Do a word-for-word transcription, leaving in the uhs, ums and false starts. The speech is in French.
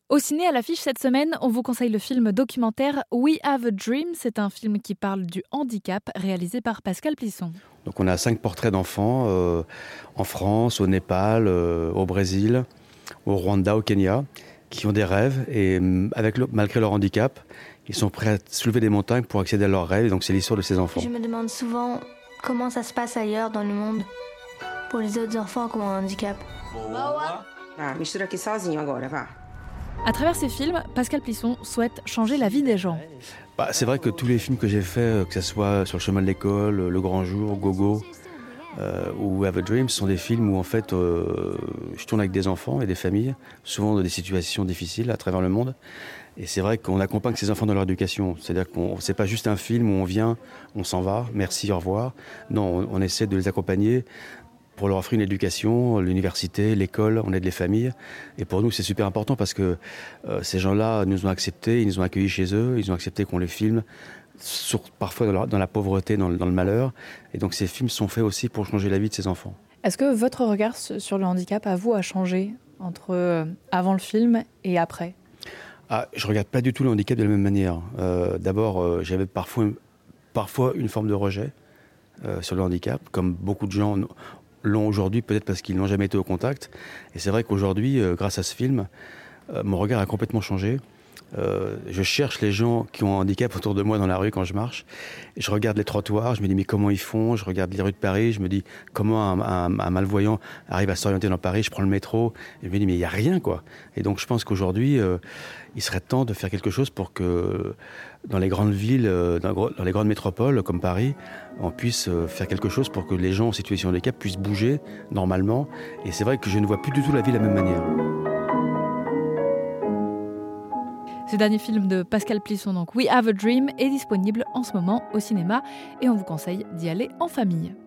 Au ciné, à l'affiche cette semaine, on vous conseille le film documentaire We Have a Dream. C'est un film qui parle du handicap, réalisé par Pascal Plisson. Donc on a cinq portraits d'enfants euh, en France, au Népal, euh, au Brésil, au Rwanda, au Kenya, qui ont des rêves et avec le, malgré leur handicap, ils sont prêts à soulever des montagnes pour accéder à leurs rêves. Et donc c'est l'histoire de ces enfants. Je me demande souvent comment ça se passe ailleurs dans le monde pour les autres enfants qui ont un handicap. Ah, mistura aqui sozinho agora, vá. À travers ces films, Pascal Plisson souhaite changer la vie des gens. Bah, c'est vrai que tous les films que j'ai faits, que ce soit Sur le chemin de l'école, Le Grand Jour, Gogo euh, ou We Have a Dream, ce sont des films où en fait euh, je tourne avec des enfants et des familles, souvent dans des situations difficiles à travers le monde. Et c'est vrai qu'on accompagne ces enfants dans leur éducation. C'est-à-dire qu'on c'est pas juste un film où on vient, on s'en va, merci, au revoir. Non, on, on essaie de les accompagner pour leur offrir une éducation, l'université, l'école, on aide les familles. Et pour nous, c'est super important parce que euh, ces gens-là nous ont acceptés, ils nous ont accueillis chez eux, ils ont accepté qu'on les filme, sur, parfois dans la, dans la pauvreté, dans le, dans le malheur. Et donc ces films sont faits aussi pour changer la vie de ces enfants. Est-ce que votre regard sur le handicap, à vous, a changé entre euh, avant le film et après ? Ah, je ne regarde pas du tout le handicap de la même manière. Euh, d'abord, euh, j'avais parfois, parfois une forme de rejet euh, sur le handicap, comme beaucoup de gens l'ont aujourd'hui, peut-être parce qu'ils n'ont jamais été au contact. Et c'est vrai qu'aujourd'hui, euh, grâce à ce film, euh, mon regard a complètement changé. Euh, je cherche les gens qui ont un handicap autour de moi dans la rue quand je marche. Et je regarde les trottoirs, je me dis mais comment ils font ? Je regarde les rues de Paris, je me dis comment un, un, un malvoyant arrive à s'orienter dans Paris. Je prends le métro et je me dis mais il n'y a rien quoi. Et donc je pense qu'aujourd'hui, euh, il serait temps de faire quelque chose pour que dans les grandes villes, euh, dans, dans les grandes métropoles comme Paris, on puisse euh, faire quelque chose pour que les gens en situation de handicap puissent bouger normalement. Et c'est vrai que je ne vois plus du tout la vie de la même manière. Ce dernier film de Pascal Plisson, donc We Have a Dream, est disponible en ce moment au cinéma et on vous conseille d'y aller en famille.